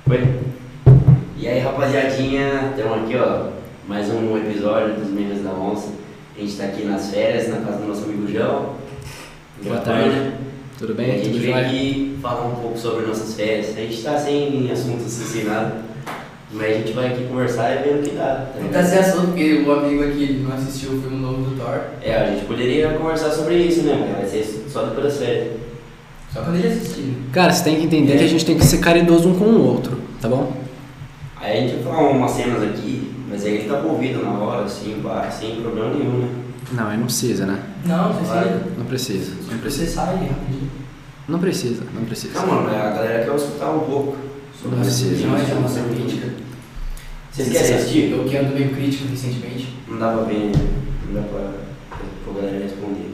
Foi? E aí, rapaziadinha, estamos aqui, ó, mais um episódio dos Memes da Onça. A gente tá aqui nas férias, na casa do nosso amigo João. Boa tarde. Tudo bem? A gente veio aqui falar um pouco sobre nossas férias. A gente tá sem assuntos assim, sem nada. Mas a gente vai aqui conversar e ver o que dá. Não tá sem assunto, porque o amigo aqui não assistiu o filme novo do Thor. É, a gente poderia conversar sobre isso, né? Mas vai ser só depois das férias. Só quando ele assistir. Cara, você tem que entender que a gente tem que ser caridoso um com o outro, tá bom? Aí a gente vai falar umas cenas aqui, mas aí ele tá ouvido na hora, assim, pá, sem problema nenhum, né? Não, aí não precisa, né? Não, você sai. Não precisa. Não Você precisa. sai rapidinho. Não precisa, não precisa. Não, mano, a galera quer escutar um pouco sobre Não essa precisa. Não é a nossa crítica. Vocês querem assistir? Eu que ando meio crítico recentemente. Não dá pra ver, não dá pra galera responder.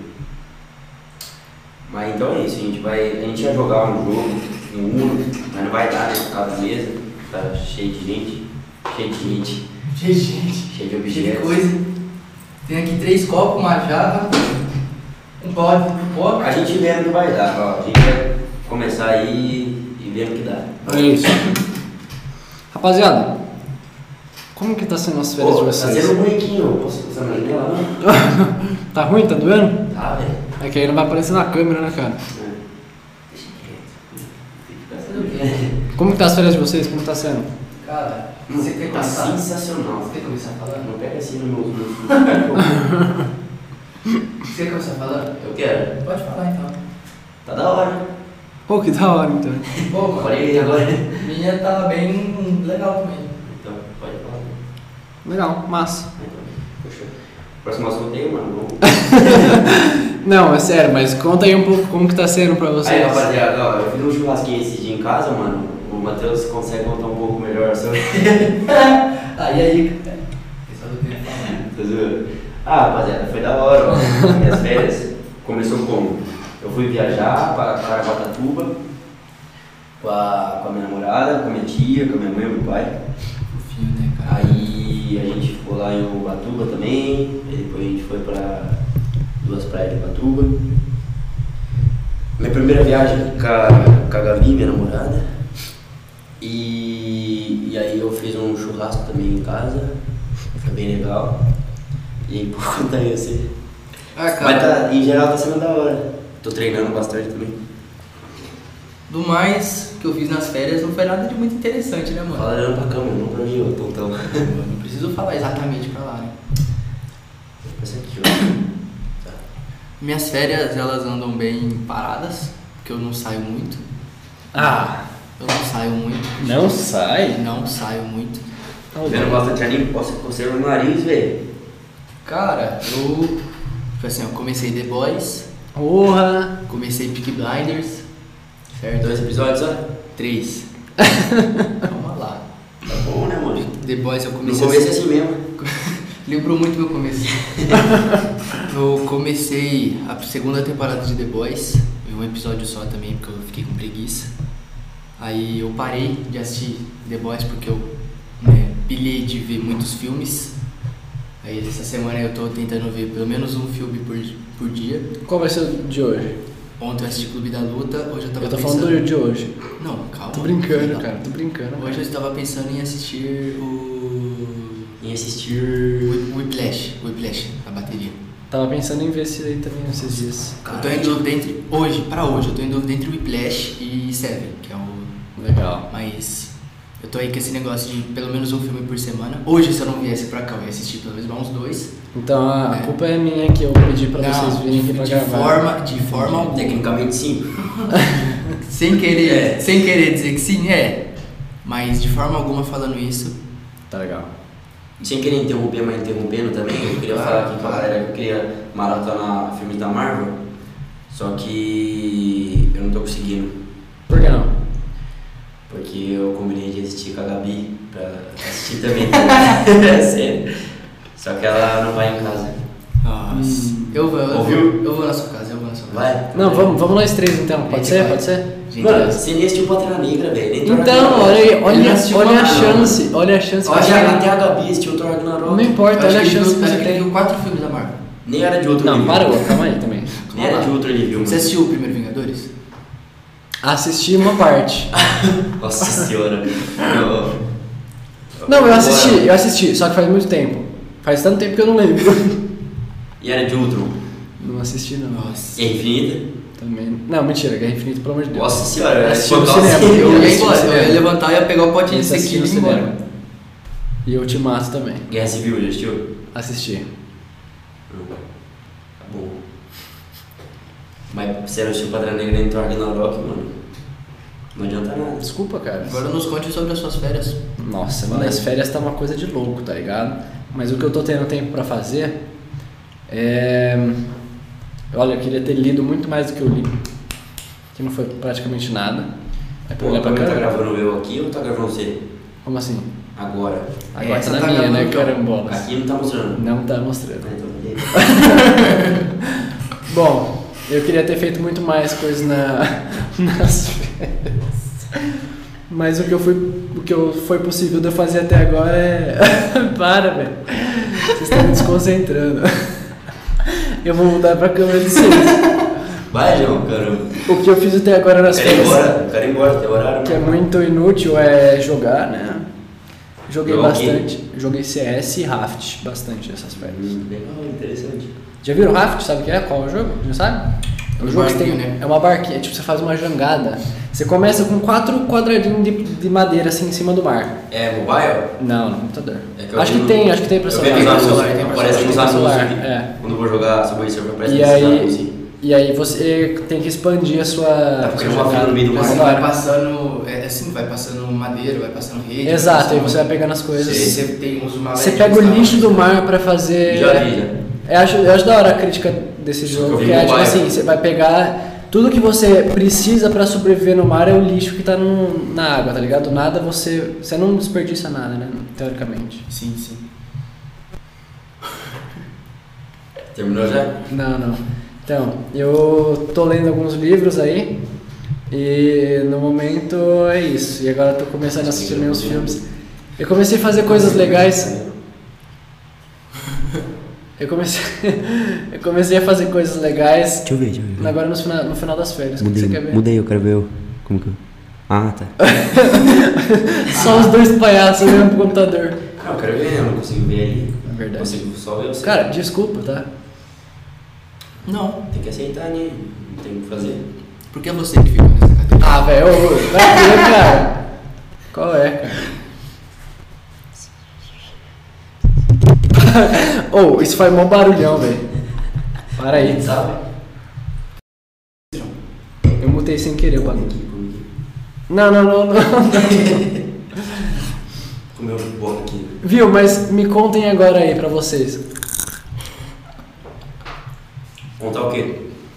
Mas então é isso, a gente ia jogar um jogo, um Uno, mas não vai dar, né? Por causa da mesa, tá cheio de gente, Cheio de gente. cheio de Cheio de objetos. coisa. Tem aqui 3 copos, uma jarra, um balde de pipoca. A gente vê no que vai dar, ó. A gente vai começar aí e ver no que dá. É isso. Rapaziada, como que tá sendo as férias de Tá vocês? sendo ruim aqui, ó. Posso passar na janela, não? Tá ruim? Tá doendo? Tá, velho. É que aí não vai aparecer na câmera, né, cara? Deixa quieto. Fazer o quê? Como que tá as férias de vocês? Como tá sendo? Cara, você quer Tá começar? sensacional. Você quer começar falando? Não pega assim no meu. Você quer começar falando? Eu quero. Pode falar então. Tá da hora. Pô, que da hora, então. Pô, mano. Falei agora. Minha tava bem legal também. Então, pode falar. Legal, massa. Fechou. Próximo assunto aí, mano. Não, é sério, mas conta aí um pouco como que tá sendo pra vocês. Aí, rapaziada, ó, eu fiz um churrasquinho esse dia em casa, mano. O Matheus consegue contar um pouco melhor sobre. Aí, pessoal do que falar. Tá zoando? Ah, rapaziada, foi da hora, ó. Minhas férias começou como? Eu fui viajar para Caraguatatuba com a minha namorada, com a minha tia, com a minha mãe e meu pai. Fofinho, né, cara? Aí a gente ficou lá em Ubatuba também, aí depois a gente foi para 2 praias de Ubatuba. Minha primeira viagem com a Gabi, minha namorada. E aí eu fiz um churrasco também em casa, foi bem legal. E por conta aí assim. Ah, cara. Mas tá, em geral tá sendo da hora. Tô treinando bastante também. Do mais que eu fiz nas férias não foi nada de muito interessante, né, mano? Fala olhando pra câmera, não pra mim, ô tontão. Eu não preciso falar exatamente pra lá, né? Esse aqui, ó. Tá. Minhas férias, elas andam bem paradas, porque eu não saio muito. Ah, Eu não saio muito. não sai? Não saio muito. Tá Vendo bastante anime, posso coceira no nariz, velho. Cara, eu... Tipo assim, eu comecei The Boys, Porra! comecei Peaky Blinders, certo? 2 episódios só? 3. Calma lá. Tá bom, né, mano? The Boys eu No comecei... começo é assim mesmo. Lembrou muito meu começo. Eu comecei a segunda temporada de The Boys, em um episódio só também, porque eu fiquei com preguiça. Aí eu parei de assistir The Boys porque eu pilhei de ver muitos filmes. Aí essa semana eu tô tentando ver pelo menos um filme por dia. Qual vai ser o de hoje? Ontem eu assisti Clube da Luta, hoje eu tava Eu tô pensando... falando do de hoje. Não, calma. Tô brincando, Não. cara, tô brincando. Hoje eu estava pensando em assistir Em assistir. o Whiplash, a bateria. Tava pensando em ver esse aí também esses dias. Eu tô em dúvida entre... Hoje, eu tô em dúvida entre Whiplash e Seven, que é o... Legal. Mas eu tô aí com esse negócio de pelo menos um filme por semana. Hoje, se eu não viesse pra cá, eu ia assistir pelo menos uns 2. Então a É. culpa é minha que eu pedi pra vocês virem aqui pra de gravar. de forma alguma. Tecnicamente sim. Sem querer dizer que sim, mas de forma alguma falando isso. Tá legal. Sem querer interromper, mas interrompendo também, eu queria falar aqui com a galera que eu queria maratonar filmes da Marvel. Só que eu não tô conseguindo. Por que não? Porque eu combinei de assistir com a Gabi pra assistir também. É sério. Só que ela não vai em casa. Nossa. Eu vou na sua casa, Vai? Não, vamos nós três então. Pode Gente, ser? vai. Pode ser? Gente, Mano, você nem assistiu Pantera Negra, velho. Nem Thor Então, Ragnarok. olha aí, Eu olha não assisti a nada. chance. Olha a chance que Olha, você até tem. a Gabi assistiu o Thor Ragnarok. Não importa, olha a chance que você ele tem. viu 4 filmes da Marvel. Nem era de outro Não, nível. parou, calma aí também. Nem era de outro nível. Você assistiu o primeiro Vingadores? Assisti uma parte. Nossa senhora. Não, eu assisti, só que faz muito tempo. Faz tanto tempo que eu não lembro. E era de Ultron. Não assisti não. Nossa. E é Infinita? Também. Não, mentira, Guerra Infinita, pelo amor de Deus. Nossa senhora, Assisti no foi cinema. assim. Eu ia assisti no embora, eu ia cinema. levantar e ia pegar o potinho de Esse assisti sequilho no e ir embora. cinema. E Ultimato também. Guerra Civil, já assistiu? Assisti. Tá bom. Mas você não assistiu Pantera Negra em Thor Ragnarok, mano? Não adianta nada. Desculpa, cara. Agora nos conte sobre as suas férias. Nossa, nas férias tá uma coisa de louco, tá ligado? Mas o que eu tô tendo tempo pra fazer é... Olha, eu queria ter lido muito mais do que eu li. Que não foi praticamente nada. É pra Pô, olhar pra tá cá. gravando eu aqui ou tá gravando você? Como assim? Agora. Agora Essa tá na tá minha, gravando, né? então. Carambolas. Aqui não tá mostrando. Não tá mostrando. Ah, então beleza. Bom, eu queria ter feito muito mais coisas nas férias. Mas o que foi possível de eu fazer até agora é... Para, velho. Vocês estão me desconcentrando. Eu vou mudar pra câmera de vocês. Vai, João, caramba. O que eu fiz até agora nas Quero ir férias, embora, quero ir embora, tem horário. que é muito inútil, é jogar, né? Joguei Jogar o quê? bastante. Joguei CS e Raft bastante nessas férias. Legal, interessante. Já viram Raft? Sabe o que é? Qual é o jogo? Já sabe? É um jogo que barquinho, tem, né? é uma barquinha, tipo, você faz uma jangada. Você começa com 4 quadradinhos de madeira assim em cima do mar. É mobile? Não, no computador. É que eu Acho que vi tem pra Eu celular. vejo nos Tem pra anúncios, celular, tem pra aparece nos celular. anúncios Celular, aqui. é. Quando eu vou jogar Subway Surfer, aparece E nesses aí, anúncios. e aí você tem que expandir a sua. porque sua é uma fila no meio do mar. Você Claro. vai passando, é assim, vai passando madeira, vai passando rede. Exato, aí vai você vai pegando as coisas. Você tem uns Você pega o lixo do mar pra fazer. Já vi, já. Eu acho da hora a crítica desse Só que eu jogo, vi que é tipo mobile. assim, você vai pegar tudo que você precisa pra sobreviver no mar é o lixo que tá na água, tá ligado? Nada você não desperdiça nada, né? Teoricamente. Sim, sim. Terminou já? Não. Então, eu tô lendo alguns livros aí e no momento é isso. E agora eu tô começando a assistir meus filmes. Eu comecei a fazer coisas legais. Eu comecei a fazer coisas legais Deixa eu ver. agora no final das férias. O que você quer ver? Mudei, eu quero ver como que eu... Ah, tá. Só os dois palhaços olhando pro computador. Não, eu quero ver, eu não consigo ver ali. É verdade. Consigo só ver você. Cara, desculpa, tá? Não, Tem que aceitar, né? Não tem o que fazer. por que você que ficou nessa categoria? Ah, velho, vai ver, cara. Qual é, cara? Oh, isso faz mó barulhão, velho. Para aí. Sabe? Eu mutei sem querer o Come bagulho. aqui, come aqui. Não. Comeu boca aqui. Viu, mas me contem agora aí pra vocês. Contar o quê?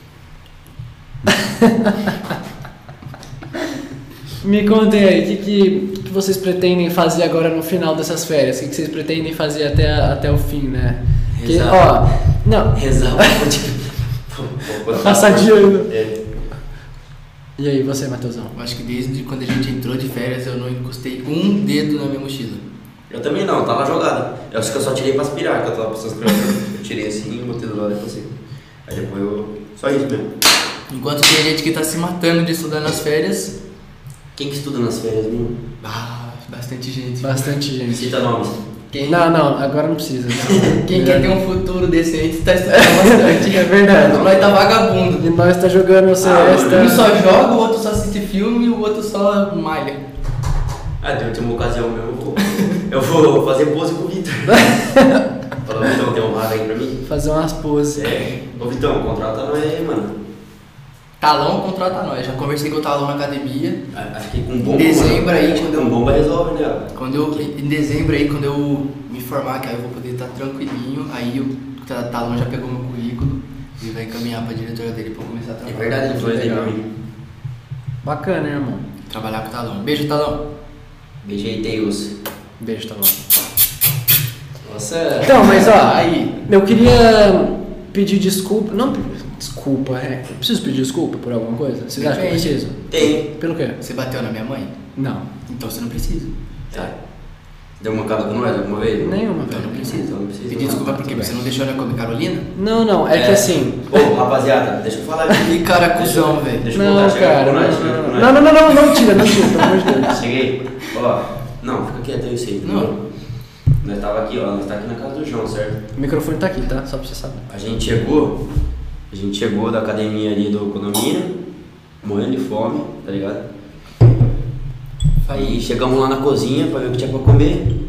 Me contem aí, o que vocês pretendem fazer agora no final dessas férias? O que vocês pretendem fazer até o fim, né? Que, Rezar. ó, não, Rezar passar de ano. É. E aí, você, Matheusão? Eu acho que desde quando a gente entrou de férias eu não encostei um dedo na minha mochila. Eu também não, tá na jogada. Eu acho que eu só tirei pra aspirar, que eu tava precisando aspirar. Eu tirei assim e botei do lado e passei. Aí depois eu. Só isso mesmo. Enquanto tem gente que tá se matando de estudar nas férias, Quem que estuda nas férias, viu? bastante gente. Bastante gente. Cita nomes. Quem, Não, agora não precisa. quem quer ter um futuro decente tá estudando bastante. É verdade. Nós tá vagabundo. E nós tá jogando o CS, mano, Um tá... só joga, o outro só assiste filme e o outro só malha. Ah, tem uma ocasião mesmo, eu vou fazer pose com o Vitor. Falou, Vitão, tem um raio aí pra mim? Fazer umas poses. É. Ô Vitão, contrata nós aí, mano. Talão contrata nós. Já conversei com o Talão na academia. Acho que com bomba. Em dezembro mano, aí, acho que quando eu- com bomba resolve, né? Em dezembro aí, quando eu me formar, que aí eu vou poder estar tranquilinho, aí o Talão já pegou meu currículo e vai encaminhar pra diretora dele pra eu começar a É trabalhar. verdade, ele falou isso aí pra Legal. mim. Bacana, hein, irmão? Trabalhar com o Talão. Beijo, Talão. Beijei, Teus. Beijo, tá bom. Nossa. Então, mas ó, Aí. eu queria pedir desculpa. Não, desculpa, eu preciso pedir desculpa por alguma coisa? Vocês acham que eu Depende. preciso? Tem. Pelo quê? Você bateu na minha mãe? Não, Então você não precisa. Tá. Deu uma mancada com nós alguma vez? nenhuma, Então não velho. precisa. Então não precisa. Pedir desculpa porque você não deixou ela comer Carolina? Não, é que assim. Ô, rapaziada, deixa eu falar aqui. Que cara cuzão, velho. Deixa eu Não, contar, chega cara, com nós, não, chega com não, Não tira, pelo amor de Deus. Cheguei. Ó, não, fica quieto aí, sei. Não. Nós tava aqui, ó, nós tá aqui na casa do João, certo? O microfone tá aqui, tá? Só pra você saber. A gente chegou da academia ali do condomínio, morrendo de fome, tá ligado? Aí chegamos lá na cozinha pra ver o que tinha pra comer.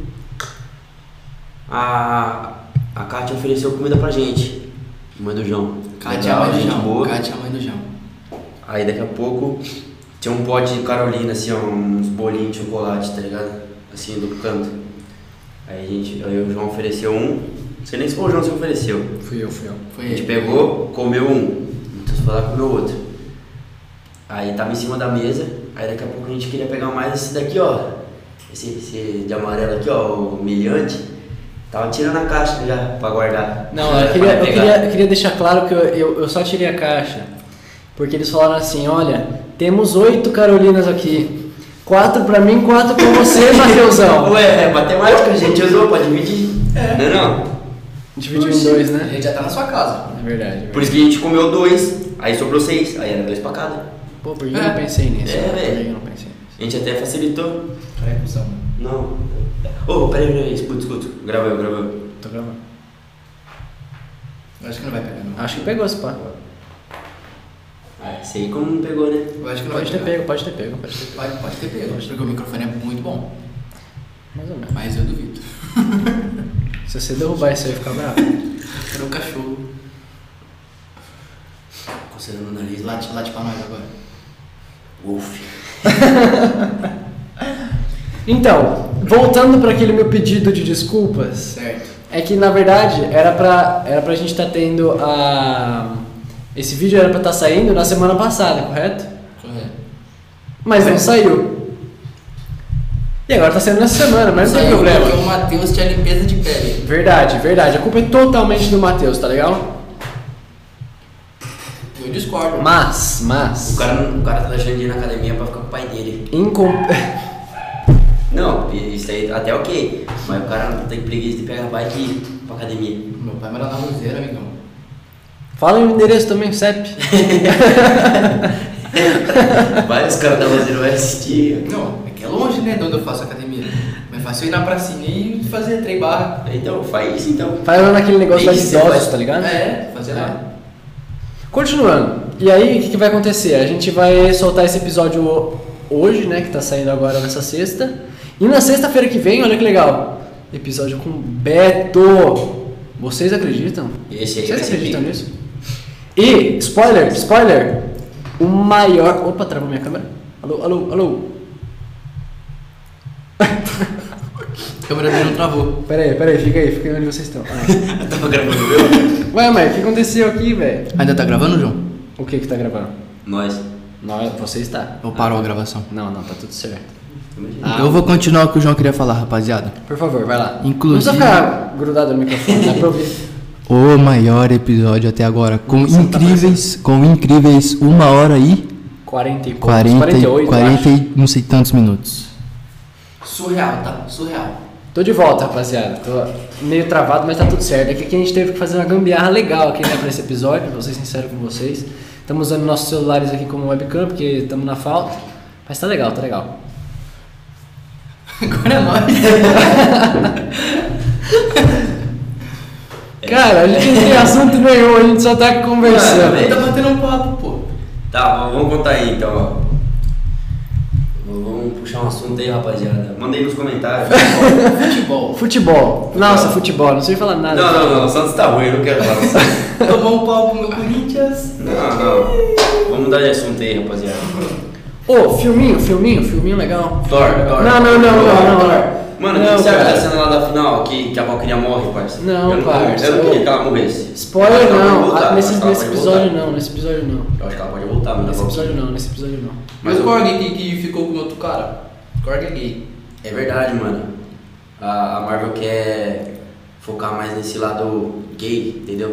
A Kátia ofereceu comida pra gente, mãe do João. Kátia é a Legal, mãe do gente João. boa. Kátia é a mãe do João. Aí daqui a pouco tinha um pote de Carolina, assim, ó, uns bolinhos de chocolate, tá ligado? Assim, do canto. Aí o João ofereceu um, não sei nem se foi o João que ofereceu. Fui eu. Foi A gente ele. pegou, comeu um, então se for lá comeu outro. Aí tava em cima da mesa, aí daqui a pouco a gente queria pegar mais esse daqui, ó. Esse de amarelo aqui, ó, o humilhante. Tava tirando a caixa já pra guardar. Não, eu queria deixar claro que eu só tirei a caixa. Porque eles falaram assim, olha, temos 8 Carolinas aqui. 4 pra mim, 4 pra você, Mateusão. Ué, é matemática, a gente usou, pode dividir. Não. Dividiu em 2, A né? gente já tá na sua casa. É verdade. Por isso que a gente comeu 2, aí sobrou 6, aí era 2 pra cada. Pô, por que eu não pensei nisso? É, Por que velho. eu não pensei nisso? A gente até facilitou. É, cuzão. Não. Ô, peraí, escuta. Grava eu. Tô gravando. Eu acho que não vai pegar, não. Acho que pegou esse pá. Ah, sei como não pegou, né? Eu acho que não Pode vai ter pegar. pego, pode ter pego. Pode ter pego, porque o microfone é muito bom. Mais ou menos. Mas eu duvido. Se você derrubar isso aí, ficar bravo. Era um cachorro. Coçando no nariz. Late pra nós agora. Wolf. Então, voltando para aquele meu pedido de desculpas, Certo. é que na verdade era pra gente estar tendo a. Esse vídeo era pra estar saindo na semana passada, correto? Correto. Mas não saiu. E agora tá saindo nessa semana, mas não tem Saiu problema. porque o Matheus tinha limpeza de pele. Verdade. A culpa é totalmente do Matheus, tá legal? Eu discordo. Mas. O cara tá deixando de ir na academia pra ficar com o pai dele. Não, isso aí até ok. Mas o cara não tem preguiça de pegar a bike e ir pra academia. Meu pai mora na Roseira, amigão. Fala o endereço também, CEP. Vai, os caras da Roseira vai assistir. Não, é que é longe, né, de onde eu faço academia. Mas é fácil eu ir na pracinha e fazer 3 barras. Então, faz isso então. Faz lá naquele negócio Tem das que ser, idosas, faz- tá ligado? É, fazer lá. Continuando. E aí, o que vai acontecer? A gente vai soltar esse episódio hoje, né? Que tá saindo agora nessa sexta. E na sexta-feira que vem, olha que legal. Episódio com Beto. Vocês acreditam? Esse aí vai Vocês ser acreditam pica. nisso? E, spoiler. O maior... Opa, travou minha câmera. Alô. A câmera dele não travou. Peraí, fica aí onde vocês estão. Ah. Eu tava gravando o meu? Ué, mas o que aconteceu aqui, velho? Ainda tá gravando, João? O que tá gravando? Nós. Não, você está. Ou parou a gravação? Não, tá tudo certo. Eu vou continuar o que o João queria falar, rapaziada. Por favor, vai lá. Inclusive- Não precisa ficar grudado no microfone, dá pra ouvir. O maior episódio até agora, com Nossa, incríveis 1 hora e 40 e poucos, 48, 48, e não sei tantos minutos. Surreal, tá? Surreal. Tô de volta, rapaziada. Tô meio travado, mas tá tudo certo. É que aqui a gente teve que fazer uma gambiarra legal aqui, né, pra esse episódio, vou ser sincero com vocês. Estamos usando nossos celulares aqui como webcam, porque estamos na falta. Mas tá legal. Agora é nóis. Cara, a gente não tem assunto nenhum, a gente só tá conversando. Mano, Tá batendo um papo, pô. Tá, vamos contar aí então, ó. Vamos puxar um assunto aí, rapaziada. Manda aí nos comentários. Futebol. Nossa, futebol, não sei falar nada. Não, o Santos tá ruim, eu não quero falar do Santos. Tomou um pau pro meu Corinthians. Não. Vamos mudar de assunto aí, rapaziada. Ô, filminho legal. Thor. Não. Mano, o que você acha da cena lá da final que a Valkyria morre, parça? Não, parça. Eu não queria que ela morresse. Spoiler Eu acho que ela não, pode voltar, nesse eu acho que ela pode episódio voltar. não, nesse episódio não. Eu acho que ela pode voltar, mano. Nesse episódio não. Mas o Korg que ficou com o outro cara. Korg é gay. É verdade, mano. A Marvel quer focar mais nesse lado gay, entendeu?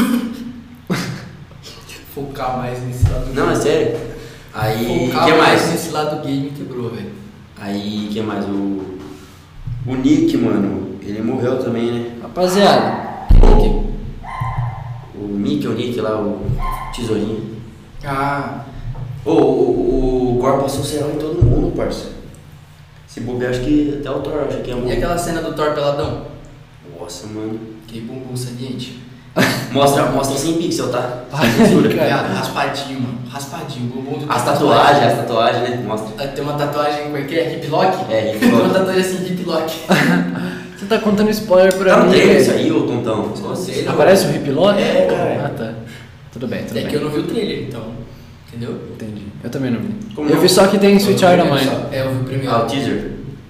Focar mais nesse lado Não, é sério. Aí, Focar que mais? nesse lado gay me quebrou, velho. Aí, que mais? O Nick, mano, ele morreu também, né? Rapaziada, O Mickey, o Nick lá, o tesourinho. Ah. O Gore passou serão em todo mundo, parceiro. Se bobear, acho que até o Thor acha que é muito. E aquela cena do Thor peladão? Nossa, mano. Que bumbum saliente. Mostra sem pixel, tá? Ai, Sem censura. cara. Viado, raspadinho, mano. Raspadinho. Bumbum do As tatuagens, né? Mostra. Tem uma tatuagem, como é que é? Hip lock? É, hip Tem uma lock. tatuagem assim, hip lock. Você tá contando spoiler pra Tá no mim? trailer isso aí, ô tontão? Não sei, não. Aparece o hip lock? É, cara. Ah, tá. Tudo bem, tudo É bem. que eu não vi o trailer, então. Entendeu? Entendi. Eu também não vi. Como eu não? vi só que tem Sweet Child of Eu vi o Mine. primeiro só. É, eu vi o primeiro. Ah, o teaser.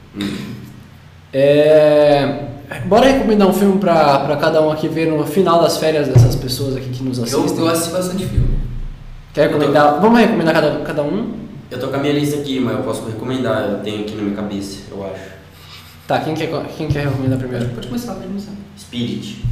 Bora recomendar um filme pra cada um aqui ver no final das férias dessas pessoas aqui que nos assistem. Eu assisti bastante filme. Quer recomendar? Vamos recomendar cada um? Eu tô com a minha lista aqui, mas eu posso recomendar. Eu tenho aqui na minha cabeça, eu acho. Tá, quem quer recomendar primeiro? Pode começar, pode começar. Spirit.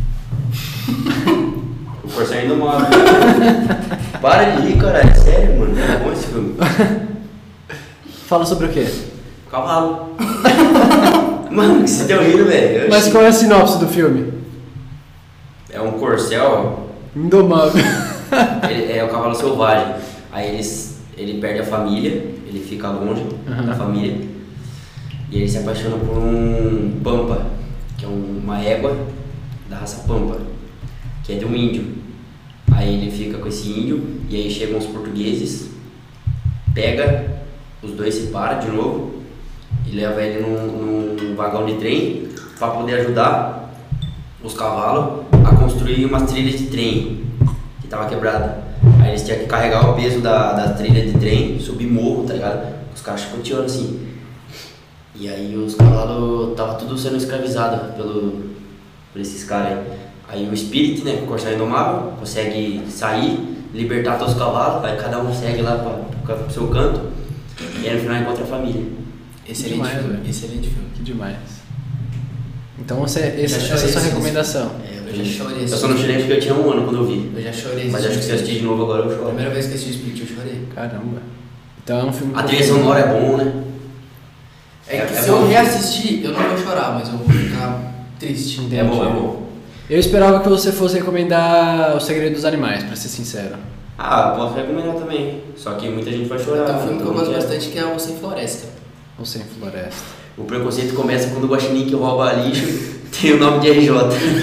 O Corsair ainda mora. Para de rir, caralho. É sério, mano. É bom esse filme. Fala sobre o quê? Cavalo. Mano, que vocês estão rindo, velho. Mas qual é a sinopse do filme? É um corcel, Indomável. ele é o cavalo selvagem. Aí ele perde a família, ele fica longe da família. E ele se apaixona por um pampa, que é uma égua da raça pampa, que é de um índio. Aí ele fica com esse índio e aí chegam os portugueses, pega, os dois se param de novo e leva ele num vagão de trem para poder ajudar os cavalos a construir umas trilhas de trem que tava quebrada. Aí eles tinham que carregar o peso da trilha de trem, subir morro, tá ligado? Os caras chicoteando assim. E aí os cavalos tava tudo sendo escravizado por esses caras aí. Aí o Spirit, né, o Corsair Indomável, consegue sair, libertar todos os cavalos, aí cada um segue lá pro seu canto e aí no final encontra a família. Excelente Demais, filme, velho. excelente filme. Que demais. Então essa é a Já sua chorei, recomendação. Eu já chorei. Eu só não chorei porque eu tinha 1 ano quando eu vi. Eu já chorei. Mas acho que se eu assistir de novo agora eu A choro. primeira vez que assisti o Split eu chorei. Caramba. Então é um filme. A trilha sonora é bom, né? É que É se bom. eu reassistir, eu não vou chorar, mas eu vou ficar triste. É bom, é bom. Eu esperava que você fosse recomendar O Segredo dos Animais, pra ser sincero. Ah, posso recomendar também. Só que muita gente vai chorar. Tem um filme que eu então gosto não quer. bastante que é O Sem Floresta. Ou Sem Floresta. O preconceito começa quando o guaxinim que rouba lixo tem o nome de RJ.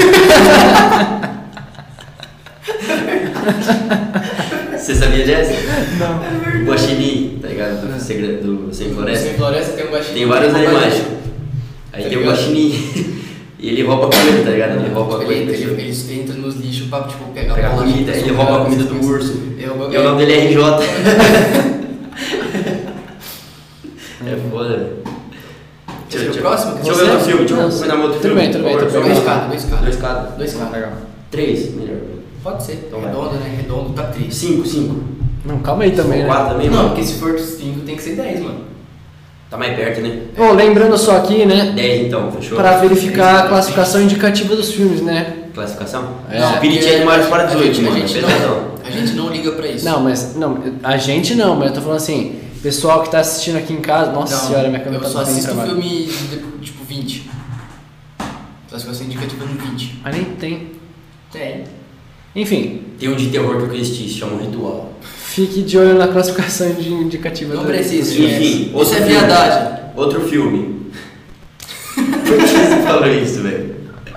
Você sabia dessa? Não. O guaxinim, tá ligado? Do segredo do Sem O Floresta. Sem Floresta tem um guaxinim. Tem vários que rouba animais. lixo. Aí Tá tem o ligado? guaxinim. E ele rouba coisa, tá ligado? Ele rouba Tipo, coisa. eles entram nos lixos pra tipo, pegar Pega a bola, comida, tipo, ele rouba a comida do urso. Ele rouba- E o nome dele é RJ. É foda, velho. Esse é o próximo? Deixa eu ver outro filme, deixa eu recomendar um outro Tudo filme. bem, tudo bem, Por tudo favor, bem. Dois cada, dois cada. Dois cada. Dois caras. Legal. 3, melhor. Pode ser. Então vai. Redondo, né? Redondo tá 3. 5. Não, calma aí também, né? 4 também, Não, mano. porque se for 5 tem que ser 10, mano. Tá mais perto, né? Ô, lembrando só aqui, né? 10 então, fechou? Pra verificar a classificação indicativa dos filmes, né? Classificação? É. Não, Spirit é de Mario para 18, mano. a gente Pesadão. a gente não liga pra isso. Não, mas a gente não, mas eu tô falando assim, pessoal que tá assistindo aqui em casa, nossa Não, senhora, minha câmera eu tá só fazendo assisto trabalho. filme tipo 20. Classificação indicativa no 20. Mas nem tem. Tem. Enfim, Tem um de terror que eu assisti, se chama Ritual. fique de olho na classificação indicativa. Não do- precisa, dos filmes. Enfim, Isso outro é filme. viadagem. Outro filme. Por que você falou isso, velho?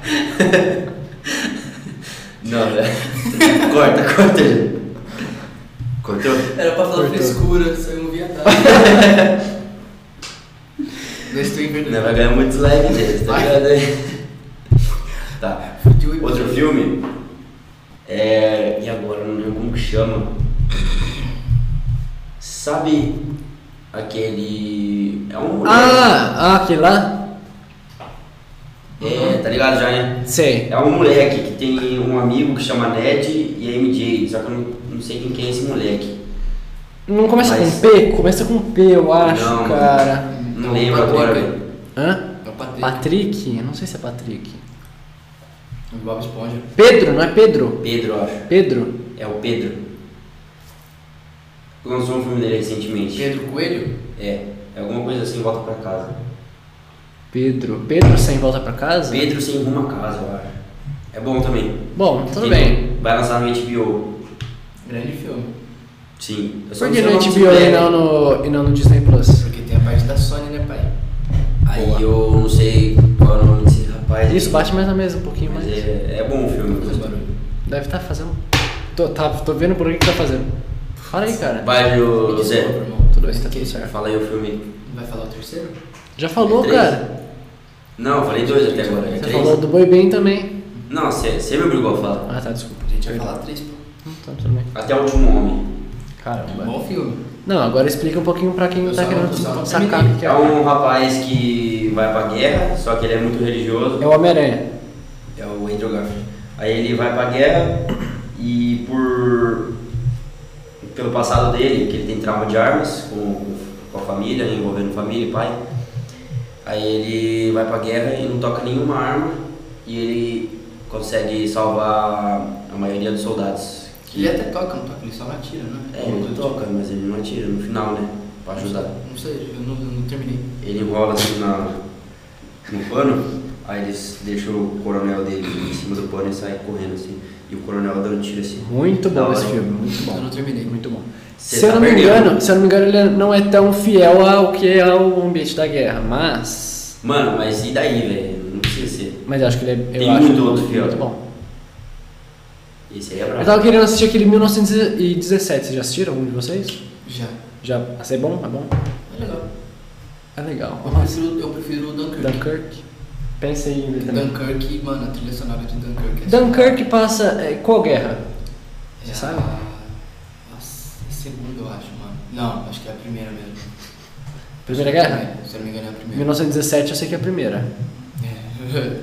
Não, velho. Corta. Cortou? Era pra falar Cortou. frescura, saiu um viadagem. Não estou Não envergonhado. vai ganhar muitos likes deles, tá Vai. ligado aí? Tá. Outro filme. E agora, não lembro como que chama. Sabe aquele. É um moleque. Aquele lá? Tá ligado já, né? Sei. É um moleque que tem um amigo que chama Ned e a MJ, só que eu não sei quem que é esse moleque. Não começa Mas- com P? Começa com P, eu acho, Não, cara. Não lembro agora, velho. Hã? É o Patrick. Patrick? Eu não sei se é Patrick. O Bob Esponja. Pedro, não é Pedro? Pedro, eu acho. Pedro? É o Pedro. Lançou um filme dele recentemente. Pedro Coelho? É alguma coisa assim, volta pra casa. Pedro. Pedro sem volta pra casa? Pedro sem rumo a casa, eu acho. É bom também. Bom, tudo Tem- bem. Vai lançar no HBO. Grande filme. Sim. Eu só Por que não no sei o HBO nome e completo. não no Disney Plus? Porque tem a parte da Sony, né, pai? Aí Boa. eu não sei qual é o nome desse rapaz. Isso, bate mais na mesa um pouquinho Mas mais. é bom o filme. Faz barulho. Deve estar fazendo. Tô vendo por aí que tá fazendo. Fala aí, cara. Vai, Me o desculpa, Zé. irmão. Tudo bem, tá tudo certo. Fala aí o filme. Vai falar o terceiro? Já falou, Três. cara. Não, eu falei 2 até agora. É Você 3? falou do Boi Bem também. Não, você me obrigou a falar. Ah, tá, desculpa. A gente vai falar 3, pô. Então, tudo bem. Até o Último Homem. Caramba. Bom filme. Não, agora explica um pouquinho pra quem Eu tá só querendo não sacar o que É é. um rapaz que vai pra guerra, só que ele é muito religioso. É o Homem-Aranha. É o Andrew Garfield. Aí ele vai pra guerra e pelo passado dele, que ele tem trauma de armas com a família, envolvendo família e pai. Aí ele vai pra guerra e não toca nenhuma arma e ele consegue salvar a maioria dos soldados. Ele até toca, não toca, ele só não atira, né? É, ele toca, mas ele não atira no final, né? Pra ajudar. Não sei, eu não terminei. Ele enrola assim no pano, aí eles deixam o coronel dele em cima do pano e sai correndo assim. E o coronel dando tiro assim. Muito Da bom hora. esse filme, muito bom. Eu não terminei. Muito bom. Você Se eu tá não me perdendo. engano, ele não é tão fiel ao que é o ambiente da guerra, mas. Mano, mas e daí, velho? Não precisa ser. Mas acho que ele é. Tem eu acho muito outro fiel. muito bom. Esse aí é Eu brabo. tava querendo assistir aquele 1917, vocês já assistiram? Um de vocês? Já. Já. É bom? É bom? É legal. É legal. Eu prefiro o Dunkirk. Dunkirk. Pensa aí nele também. Dunkirk, mano, a trilha sonora de Dunkirk é Dunkirk passa. Qual guerra? Você É sabe? a segunda, eu acho, mano. Não, acho que é a primeira mesmo. Primeira Guerra? Se eu não me engano, é a primeira. 1917 eu sei que é a primeira. É.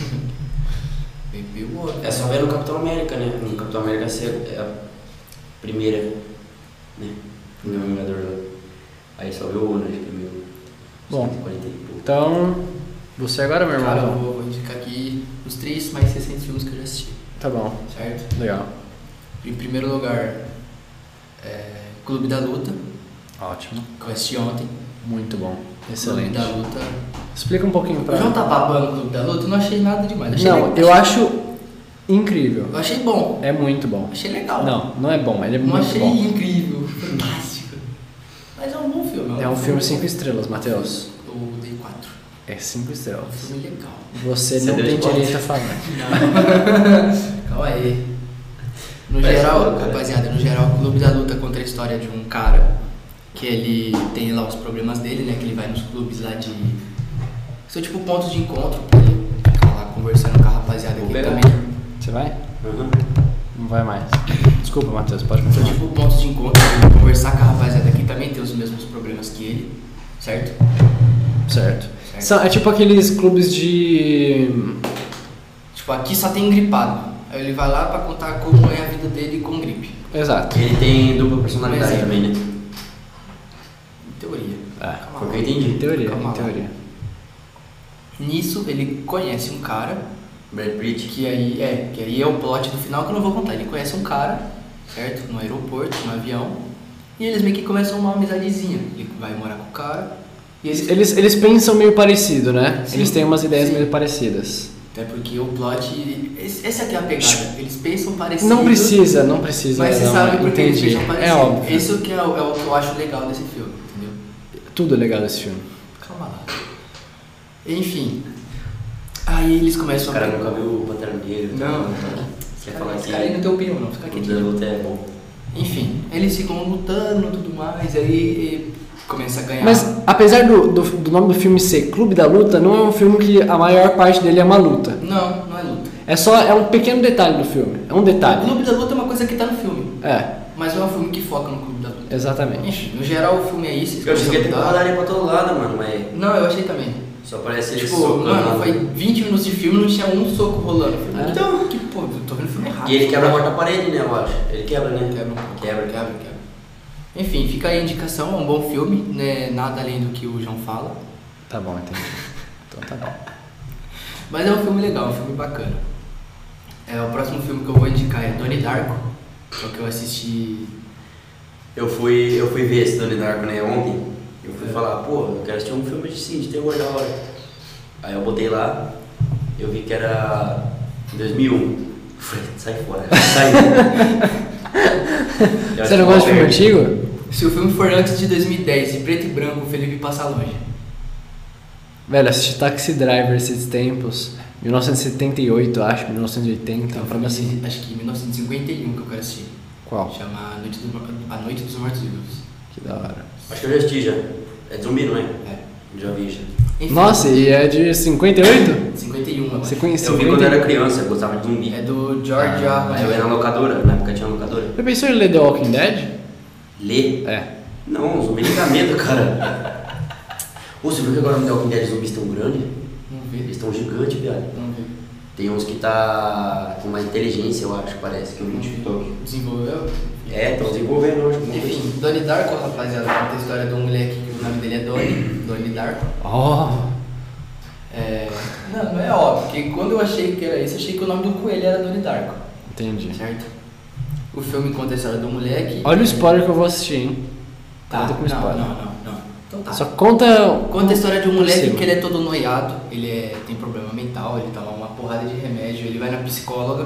Bebeu o outro. É só ver no Capitão América, né? No Capitão América é a primeira, né? Primeiro Vingador lá. Aí só vê o Ono, acho que é meu. Bom. 140 e pouco. Então, você agora, meu irmão? Cara, eu vou indicar aqui os 3 mais recentes filmes que eu já assisti, Tá bom, certo? legal. Em primeiro lugar, Clube da Luta, Ótimo. que eu assisti ontem. Muito bom. Excelente. Clube da Luta. Explica um pouquinho pra Eu já tá babando o Clube da Luta, eu não achei nada demais. Achei Não, eu acho incrível. Eu achei bom. É muito bom. Achei legal. Não é bom, ele é Não muito achei bom. incrível, fantástico. Mas é um bom filme. É um filme 5 estrelas, Matheus. Eu dei 4. É 5 É um estrelas. filme legal. Você Você não deu tem esporte? direito a falar. Calma aí. No Parece geral, louco, né? rapaziada, no geral, o Clube da Luta conta a história de um cara que ele tem lá os problemas dele, né? Que ele vai nos clubes lá de. São tipo pontos de encontro, pra ele ficar lá conversando com a rapaziada Vou aqui pegar. também. Você vai? Uhum. Não vai mais. Desculpa, Matheus, pode São continuar. tipo pontos de encontro pra ele conversar com a rapaziada aqui também, tem os mesmos problemas que ele, certo? Certo. É tipo aqueles clubes de. Tipo, aqui só tem gripado. Aí ele vai lá pra contar como é a vida dele com gripe. Exato. Ele tem dupla personalidade Mas é. também, né? Em teoria. É. Calma Foi o lá. que eu entendi. Em teoria, Calma em lá. teoria. Nisso ele conhece um cara, Brad Pitt. que aí é o plot do final que eu não vou contar. Ele conhece um cara, certo? No aeroporto, no avião. E eles meio que começam uma amizadezinha. Ele vai morar com o cara. E Eles pensam meio parecido, né? Sim, Eles têm umas ideias sim. meio parecidas. Até porque o plot. Essa aqui é a pegada. Eles pensam parecido. Não precisa. Mas você não, sabe porque eles entendi. pensam parecido. É óbvio. Isso que é o que eu acho legal desse filme, entendeu? Tudo é legal desse filme. Calma lá. Enfim. Aí eles Os começam caras nunca viu o Pantera Negra. Não. Quer falar Esse que cara aí não tem opinião, não. Fica o Clube quietinho. da Luta é bom. Enfim, eles ficam lutando e tudo mais, aí começa a ganhar. Mas apesar do nome do filme ser Clube da Luta, não é um filme que a maior parte dele é uma luta. Não, não é luta. É um pequeno detalhe do filme. É um O detalhe. Clube da Luta é uma coisa que tá no filme, É, mas não é um filme que foca no Clube da Luta. exatamente. Enfim, no geral o filme é isso. Eu achei que ia ter lutar. porradaria pra todo lado, mano, mas Não, eu achei também. só parece eles Tipo, socando. mano, foi 20 minutos de filme e não tinha um soco rolando. Eu falei, É. então, que pô, eu tô vendo o filme errado. E ele quebra a porta-parede, né, eu acho. Ele quebra, né? Quebra um pouco. Quebra. Enfim, fica aí a indicação, é um bom filme, né? Nada além do que o João fala. Tá bom, entendi. Então tá bom. Mas é um filme legal, um filme bacana. O próximo filme que eu vou indicar é Donnie Darko, que é o que eu assisti. Eu fui ver esse Donnie Darko, né, ontem. Eu fui falar, pô, eu quero assistir um filme de terror da hora. Aí eu botei lá, eu vi que era em 2001. Eu falei, sai fora. Sai. Você não gosta de filme antigo? Se o filme for antes de 2010 e preto e branco, o Felipe passa longe. Velho, assisti Taxi Driver esses tempos. 1978, acho, 1980, Então, assim. acho que 1951 que eu quero assistir. Qual? Chama A Noite dos Mortos-Vivos. Que da hora. Acho que eu já assisti já. É de zumbi, não é? É. Já vi já. Enfim, Nossa, e é de 58? 51, eu Você acho. conheceu? Eu vi quando eu era criança, eu gostava de zumbi. É do George Aí eu ia na locadora, na época tinha locadora. Você pensou em ler The Walking Dead? Lê? É. Não, zumbi nem dá medo, cara. Ô, você viu que agora no The Walking Dead os zumbis estão grandes? Não vi. Eles estão gigantes, viado. Não vi. Tem uns que tá com mais inteligência, eu acho, parece, que eu vi no TikTok. Desenvolveu? É, estão desenvolvendo hoje. Enfim, Donnie Darko, rapaziada, conta a história de um moleque que o nome dele é Donnie Darko. Oh! Não é óbvio, porque quando eu achei que era isso, eu achei que o nome do coelho era Donnie Darko, Entendi. certo? O filme conta a história do moleque. Olha o spoiler que eu vou assistir, hein? Tá, Conta com spoiler. não. Então tá. Só conta. Conta a história de um por moleque cima. que ele é todo noiado, tem problema mental, ele toma uma porrada de remédio, ele vai na psicóloga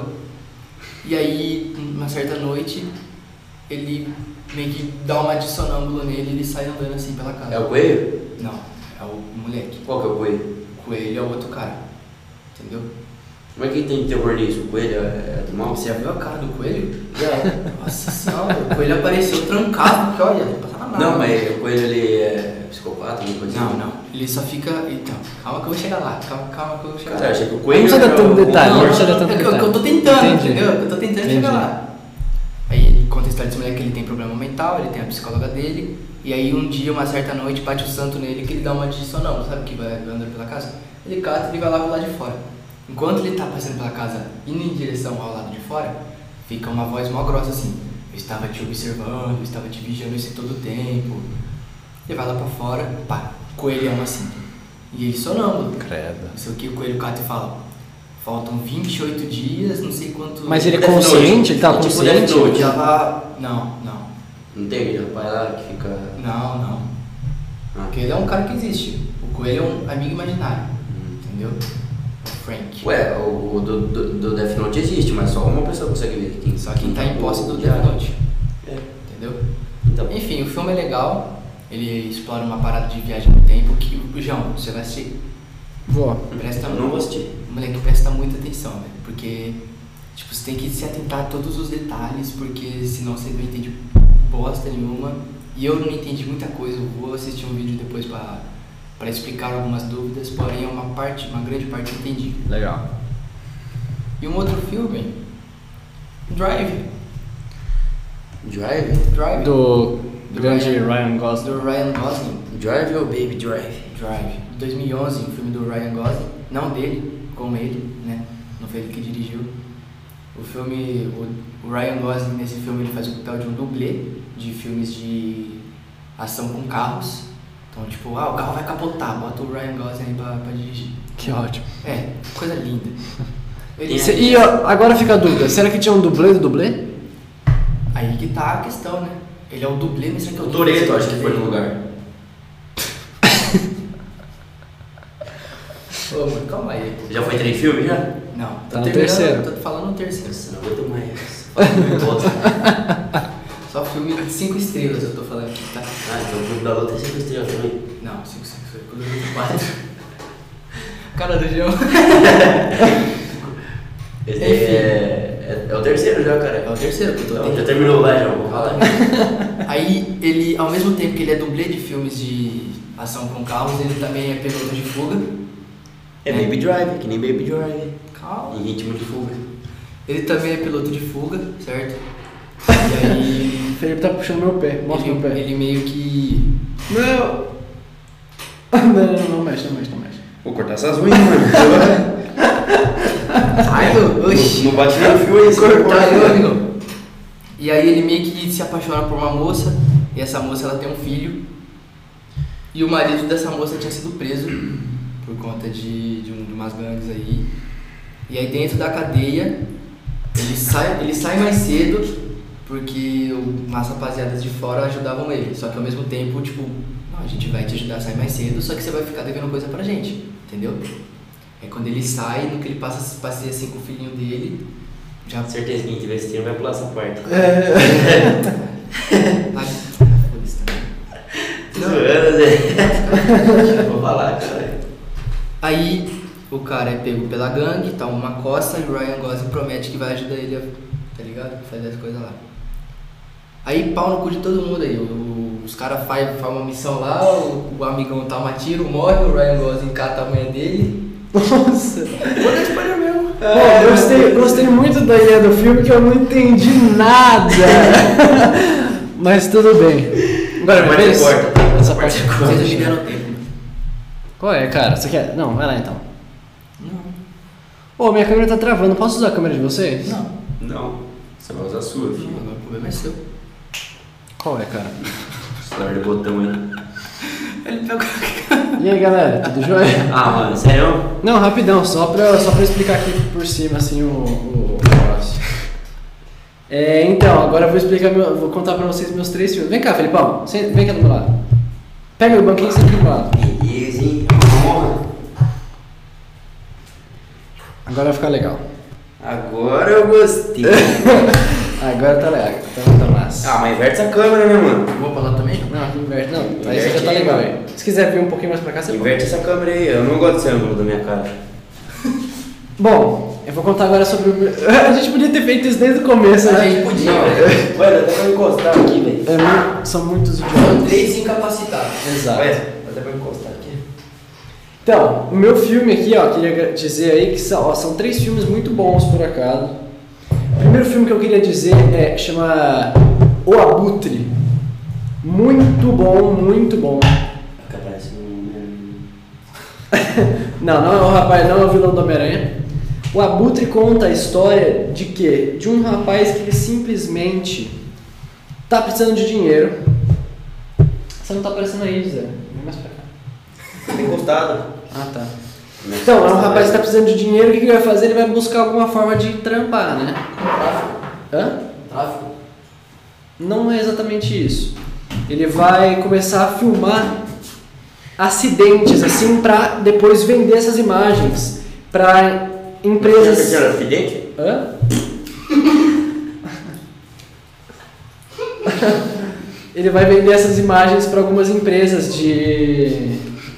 e aí, uma certa noite, ele meio que dá uma de sonâmbulo nele e ele sai andando assim pela casa. É o coelho? Não, é o moleque. Qual que é o coelho? O coelho é o outro cara, entendeu? Como é que tem terror nisso? O coelho é do mal? Você já viu a cara do coelho? Já. Nossa senhora, o coelho apareceu trancado, porque olha, não passava nada. Não, mas o coelho ele é psicopata, alguma coisa assim? Não, ele só fica. Então, calma que eu vou chegar lá, calma que eu vou chegar Cara, lá. achei que o coelho Não precisa dar tanto o- detalhe, Não, não precisa dar tanto é que detalhe. eu tô tentando, Entendi. entendeu? Eu tô tentando Entendi. chegar lá. Aí ele conta a história desse moleque que ele tem problema mental, ele tem a psicóloga dele, e aí um dia, uma certa noite, bate o santo nele que ele dá uma de sonâmbulo, sabe que vai andando pela casa? Ele cata e ele vai lá pro lado de fora. Enquanto ele tá passando pela casa, indo em direção ao lado de fora, fica uma voz mó grossa assim: eu estava te observando, eu estava te vigiando esse todo o tempo. Ele vai lá pra fora, pá, coelhão assim. E ele sonâmbulo. Credo. Não sei o que, o coelho cata e fala: faltam 28 dias, não sei quanto. Mas ele é Death Note. consciente? Ele tá Tipo consciente? Death Note. Já. Não. Não tem aquele rapaz lá que fica... Não. Ah. Porque ele é um cara que existe. O coelho é um amigo imaginário. Entendeu? É o Frank. Ué, o do Death Note existe, mas só uma pessoa consegue ver. Só quem tá em posse do Death Note. É. Entendeu? Então, Enfim, o filme é legal. Ele explora uma parada de viagem no tempo que, João, você vai assistir. Vou. Presta eu não vou assistir. Moleque, presta muita atenção, velho. Porque, tipo, você tem que se atentar a todos os detalhes, porque senão você não entende bosta nenhuma. E eu não entendi muita coisa. Eu vou assistir um vídeo depois pra explicar algumas dúvidas, porém uma grande parte eu entendi. Legal. E um outro filme, Drive. Drive? Do Do grande Ryan- Ryan Gosling. Do Ryan Gosling. Drive ou Baby Drive? Drive. 2011, um filme do Ryan Gosling. Não dele, com ele, né? Não foi ele que dirigiu. O filme, o Ryan Gosling nesse filme ele faz o papel de um dublê de filmes de ação com carros. Então, tipo, o carro vai capotar, bota o Ryan Gosling aí pra dirigir. Que ótimo. É, coisa linda. Ele, E ó, agora fica a dúvida, será que tinha um dublê do dublê? aí que tá a questão, né? Ele é o dublê, mas será que é O o Toretto, acho que foi no lugar. Ô, mano, calma aí. Já foi 3 filmes já? Não, Tá no terminando, terceiro. Tô falando no terceiro. Nossa, não aguento mais. Nossa. Só filme de 5 estrelas eu tô falando aqui, tá? Então o Clube da Luta é 5 estrelas também. Não, 5 estrelas, Clube da Luta 4. Cara do João. Esse daí é o terceiro já, cara. É o terceiro que eu tô Então, já tentando. terminou lá, já vou falar. Aí ele, ao mesmo tempo que ele é dublê de filmes de ação com carros, ele também é piloto de fuga. É Baby Drive, que nem Baby Drive. Calma. Em ritmo de fuga. Ele também é piloto de fuga, certo? E aí O Felipe tá puxando meu pé, mostra meu pé. ele meio que... Não! Não mexe. Vou cortar essas unhas, mano. Ai, oxi. Não bate nem no fio aí, Cortar, amigo. E aí ele meio que se apaixona por uma moça, e essa moça ela tem um filho, e o marido dessa moça tinha sido preso por conta de umas gangues aí. E aí dentro da cadeia, ele sai mais cedo, porque umas rapaziadas de fora ajudavam ele, só que ao mesmo tempo, tipo, não, a gente vai te ajudar a sair mais cedo, só que você vai ficar devendo coisa pra gente, entendeu? É quando ele sai, no que ele passeia assim com o filhinho dele, Já Certeza que quem estiver assistindo vai pular essa parte. Foda-se também. Tô zoando, Zé. Vou falar, cara. Aí o cara é pego pela gangue, tá uma costa e o Ryan Gosling promete que vai ajudar ele a, tá ligado? Fazer as coisas lá. Aí pau no cu de todo mundo aí. Os caras fazem uma missão lá, o amigão toma tiro, morre, o Ryan Gosling cata a mulher dele. Nossa. Vou dar spoiler mesmo. Pô, gostei muito da ideia do filme que eu não entendi nada. Mas tudo bem. Agora, minha vez? Essa parte Vocês corta. já chegaram no tempo. Qual é, cara? Você quer? Não, vai lá então. Não. Ô, minha câmera tá travando. Posso usar a câmera de vocês? Não. Não, você vai usar a sua, filho. Agora o problema é seu. Qual é, cara? Celular de botão aí. Ele pegou. E aí, galera? Tudo jóia? Ah, mano, sério? Não, rapidão. Só pra explicar aqui por cima, assim, o negócio. Então, agora eu vou explicar, vou contar pra vocês meus 3 filmes. Vem cá, Felipão. Vem cá do meu lado. Pega o banquinho e senta do meu lado. Beleza, hein? Porra. Agora vai ficar legal. Agora eu gostei. Agora tá legal. Então tá massa. Ah, mas inverte essa câmera, né, mano? Vou pra lá também? Não, aqui inverte. Não, aí Inverte você já tá aí, legal mano. aí. Se quiser vir um pouquinho mais pra cá, você pode. Inverte essa câmera aí, eu não gosto desse ângulo da minha cara. Bom, eu vou contar agora sobre o... A gente podia ter feito isso desde o começo, A né? gente podia. Vai, até pra encostar aqui, velho. São muitos São idiotas. 3 incapacitados. Exato. Vai, até pra encostar aqui. Então, o meu filme aqui, ó, queria dizer aí que são 3 filmes muito bons, por acaso. O primeiro filme que eu queria dizer chama O Abutre. Muito bom, muito bom. Aqui aparece Não é o rapaz, não é o vilão do Homem-Aranha. O Abutre conta a história de quê? De um rapaz que ele simplesmente tá precisando de dinheiro. Você não tá aparecendo aí, Zé. Vem mais pra cá. Tem encostado. Ah, tá. Então, é um rapaz que tá precisando de dinheiro, o que ele vai fazer? Ele vai buscar alguma forma de trampar, né? Tráfico. Hã? Tráfico. Não é exatamente isso. Ele vai começar a filmar acidentes, assim, pra depois vender essas imagens pra empresas... Você era acidente? Hã? Ele vai vender essas imagens para algumas empresas de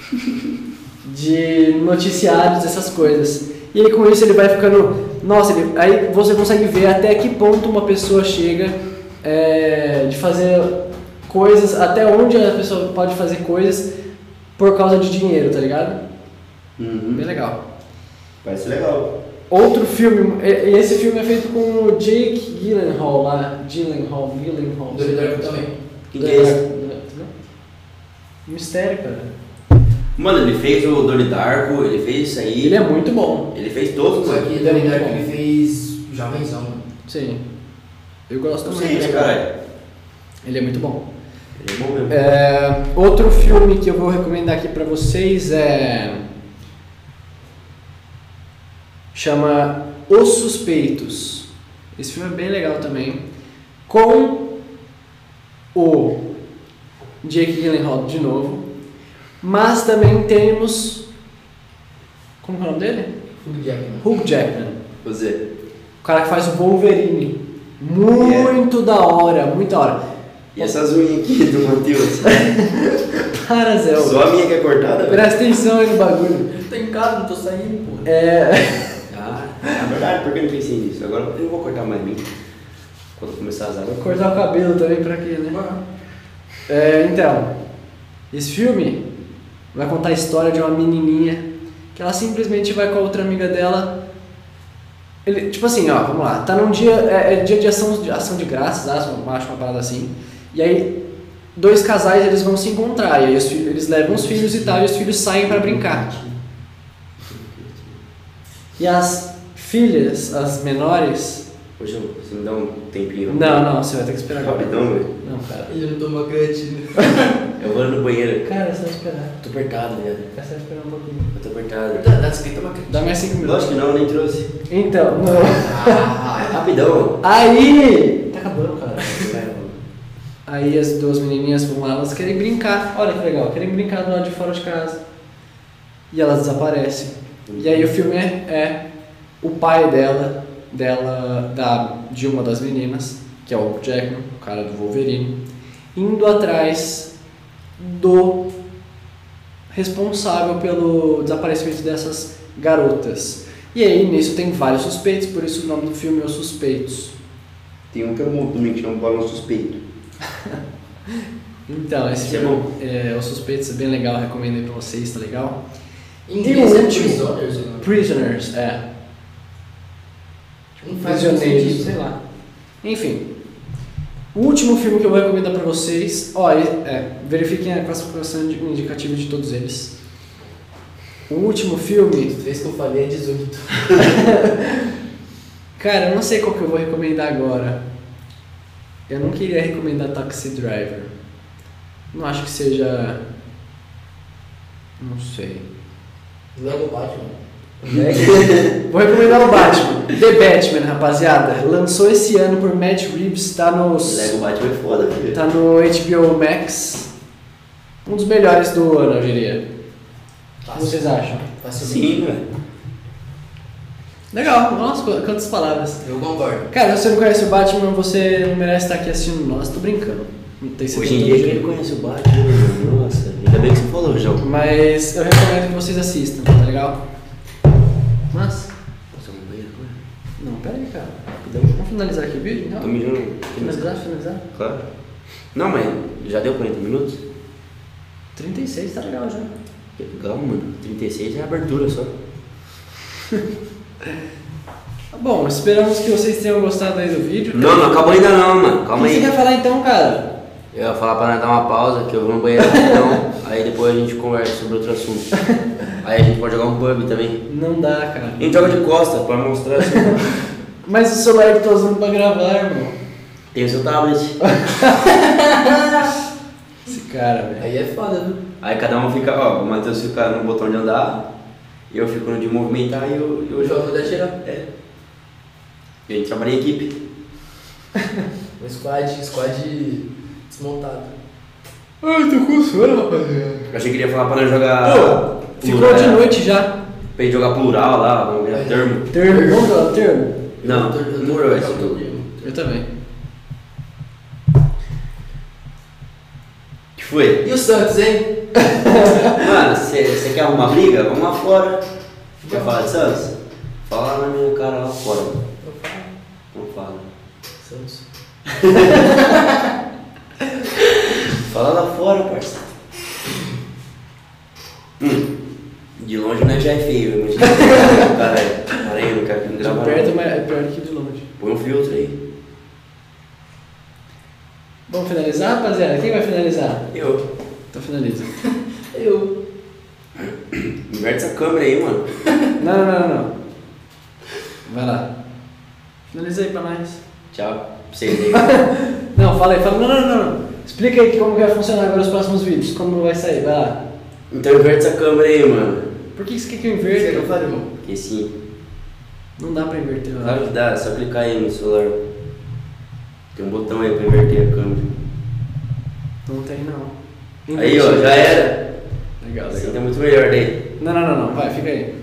noticiários, essas coisas. E aí com isso ele vai ficando... Nossa, aí você consegue ver até que ponto uma pessoa chega de fazer coisas, até onde a pessoa pode fazer coisas por causa de dinheiro, tá ligado? Bem legal. Parece legal. Outro filme, esse filme é feito com o Jake Gyllenhaal lá. Gyllenhaal. Donnie Darko também. Quem que é esse? Mistério, cara. Mano, ele fez o Donnie Darko, ele fez isso aí. Ele é muito bom. Ele fez todos, Só mano. que Donnie Darko ele fez Jovenzão, mano. Sim. Eu gosto Eu muito. sei, né, caralho? Ele é muito bom. Ele é bom mesmo. Outro filme que eu vou recomendar aqui pra vocês chama Os Suspeitos. Esse filme é bem legal também. Com o Jake Gyllenhaal de novo. Mas também temos... Como é o nome dele? Hugh Jackman. Hugh Jackman. Você. O cara que faz o Wolverine. Muito da hora, muito da hora. E essas unhas aqui do Matheus? Para, Zé. Só a minha que é cortada, velho? Presta atenção aí no bagulho. Tô em casa, não tô saindo, pô. Ah, é verdade, por que eu não pensei nisso? Agora eu vou cortar mais mim. Quando começar as águas. Cortar o cabelo também pra quê, né? Então, esse filme vai contar a história de uma menininha que ela simplesmente vai com a outra amiga dela. Tipo assim, ó, vamos lá. Tá num dia, dia de ação de graças, acho uma parada assim. E aí, 2 casais eles vão se encontrar. E aí eles levam os filhos e tal, e os filhos saem pra brincar. E as filhas, as menores... Poxa, você me dá um tempinho? Não, você vai ter que esperar agora. Rapidão, velho. Não, cara. Ele não tomou creatina. Eu vou no banheiro. Cara, você vai esperar. Tô apertado, velho. Você vai esperar um pouquinho. Eu tô apertado. Dá descrito uma creatina. Dá mais 5 minutos. Lógico que não, eu nem trouxe. Então, não. Rapidão. Aí... Tá acabando, cara. Aí as 2 menininhas vão lá, elas querem brincar. Olha que legal, querem brincar do lado de fora de casa. E elas desaparecem. E aí o filme é o pai dela de uma das meninas, que é o Hugh Jackman, o cara do Wolverine, indo atrás do responsável pelo desaparecimento dessas garotas. E aí, nisso tem vários suspeitos, por isso o nome do filme é Os Suspeitos. Tem um que eu monto também que chama Balão Suspeito. Então, esse Isso é filme, bom. Os Suspeitos, é bem legal, recomendo aí pra vocês, tá legal? Em E o inglês é último, Prisoners, ou não? Prisoners, é. Não faz muito Prisioneiros, sentido. sei lá. Enfim, o último filme que eu vou recomendar pra vocês, verifiquem a classificação indicativa de todos eles. O último filme, Toda vez que eu falei é 18. cara, eu não sei qual que eu vou recomendar agora. Eu não queria recomendar Taxi Driver. Não acho que seja... Não sei. Lego Batman. Vou recomendar o Batman. The Batman, rapaziada. Lançou esse ano por Matt Reeves, tá Lego Batman é foda, filho. Tá no HBO Max. Um dos melhores do ano, eu diria. O que vocês acham? Sim, velho. Legal, nossa, quantas palavras. Eu concordo. Cara, se você não conhece o Batman, você não merece estar aqui assistindo nós, tô brincando. Não tem Hoje em dia quem conhece o Batman, mano, nossa, ainda bem que você falou, João. Mas eu recomendo que vocês assistam, tá legal? Mas... Nossa, um banheiro agora. Não, pera aí, cara. Vamos finalizar aqui o vídeo, então? Tô mijando. Finalizar? Claro. Não, mas já deu 40 minutos? 36, tá legal já. Que legal, mano. 36 é a abertura só. Bom, esperamos que vocês tenham gostado aí do vídeo. Não, não acabou ainda não, mano. O Calma que aí. você quer falar então, cara? Eu ia falar pra nós dar uma pausa, que eu vou no banheiro então. Aí depois a gente conversa sobre outro assunto. Aí a gente pode jogar um pub também. Não dá, cara. A gente joga de costa pra mostrar assim. Mas o celular que eu tô usando pra gravar, irmão. Tem o seu tablet. Esse cara, velho. Aí é foda, viu? Aí cada um fica, ó, o Matheus fica no botão de andar, eu fico no de movimentar e eu O jogo. jogo da tirar. É. E a gente trabalha em equipe. Um squad desmontado. Ai, tô com sono, rapaziada. Eu achei que ele ia falar pra nós jogar. Pô, ficou plural, de noite já. Pra gente jogar plural lá, vamos ver termo. Termo, vamos lá, termo. Não, demorou esse jogo. Eu também. O que foi? E o Santos, hein? Mano, você quer arrumar briga? Vamos lá fora. Quer falar de Santos? Fala lá na minha cara lá fora. Não fala. Santos. Fala lá fora, parceiro. De longe né, já é feio, mas caralho. Para aí, não quero que não De grava. perto é pior do que de longe. Põe um filtro aí. Vamos finalizar, rapaziada? Quem vai finalizar? Eu. Então finaliza. Eu. Inverte essa câmera aí, mano. Não. Vai lá. Finaliza aí pra nós. Tchau. Pra vocês aí. Não, fala aí, Não. Explica aí como que vai funcionar agora os próximos vídeos, como vai sair, vai lá. Então inverte essa câmera aí, mano. Por que você quer que eu Você quer que eu inverta? fale, irmão? Porque sim. Não dá pra inverter, eu Claro acho. que dá, é só clicar aí no celular. Tem um botão aí pra inverter a câmera. Não tem não. Aí, ó, já era. Legal, Assim tá legal. muito melhor daí. Não, vai, fica aí.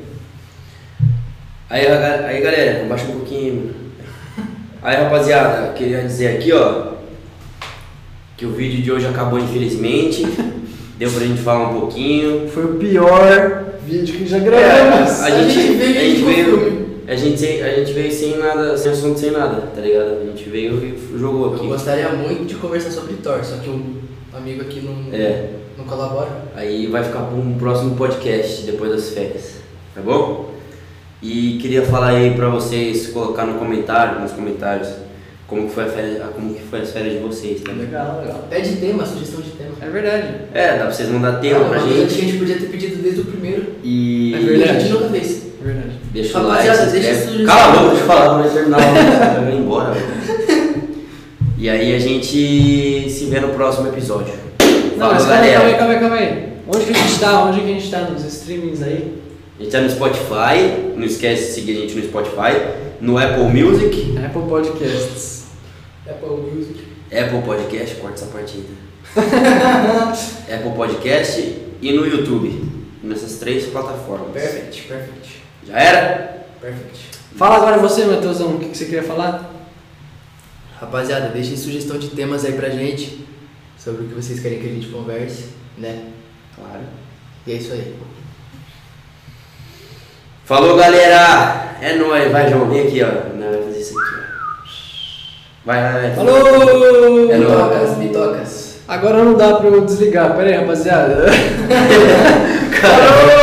Aí galera, abaixa um pouquinho, mano. Aí rapaziada, queria dizer aqui, ó, que o vídeo de hoje acabou infelizmente. Deu pra gente falar um pouquinho. Foi o pior vídeo que já gravamos. A gente veio a gente veio sem nada, sem assunto, sem nada, tá ligado? A gente veio e jogou Eu aqui. gostaria muito de conversar sobre Thor, só que um amigo aqui não colabora. Aí vai ficar para um próximo podcast depois das férias, tá bom? E queria falar aí pra vocês colocar nos comentários, como que foi as férias de vocês, tá? Legal. Pede tema, sugestão de tema. É verdade. É, dá pra vocês mandar tema pra Uma coisa que a gente. gente podia ter pedido desde o primeiro. E É E a verdade. gente nunca fez. É verdade. deixa o Rapaziada, like, se deixa inscreve. sugestão. Cala a boca de falar, não vai terminar, vai embora. Velho. E aí a gente se vê no próximo episódio. Não, Falou, mas galera. calma aí. Onde que a gente tá? Onde que a gente tá nos streamings aí? A gente tá no Spotify, não esquece de seguir a gente no Spotify, no Apple Music, Apple Podcasts. Apple Music. Apple Podcast, corta essa parte aí. Apple Podcast e no YouTube, nessas 3 plataformas. Perfect. Já era? Perfect. Fala agora você, Matheusão, o que você queria falar? Rapaziada, deixem sugestão de temas aí pra gente, sobre o que vocês querem que a gente converse, né? Claro. E é isso aí. Falou, galera! É nóis, vai, João, vem aqui, ó. Não, vai fazer isso aqui, ó. Vai. Falou! É nóis. Bitocas. Agora não dá pra eu desligar, pera aí, rapaziada. Caramba!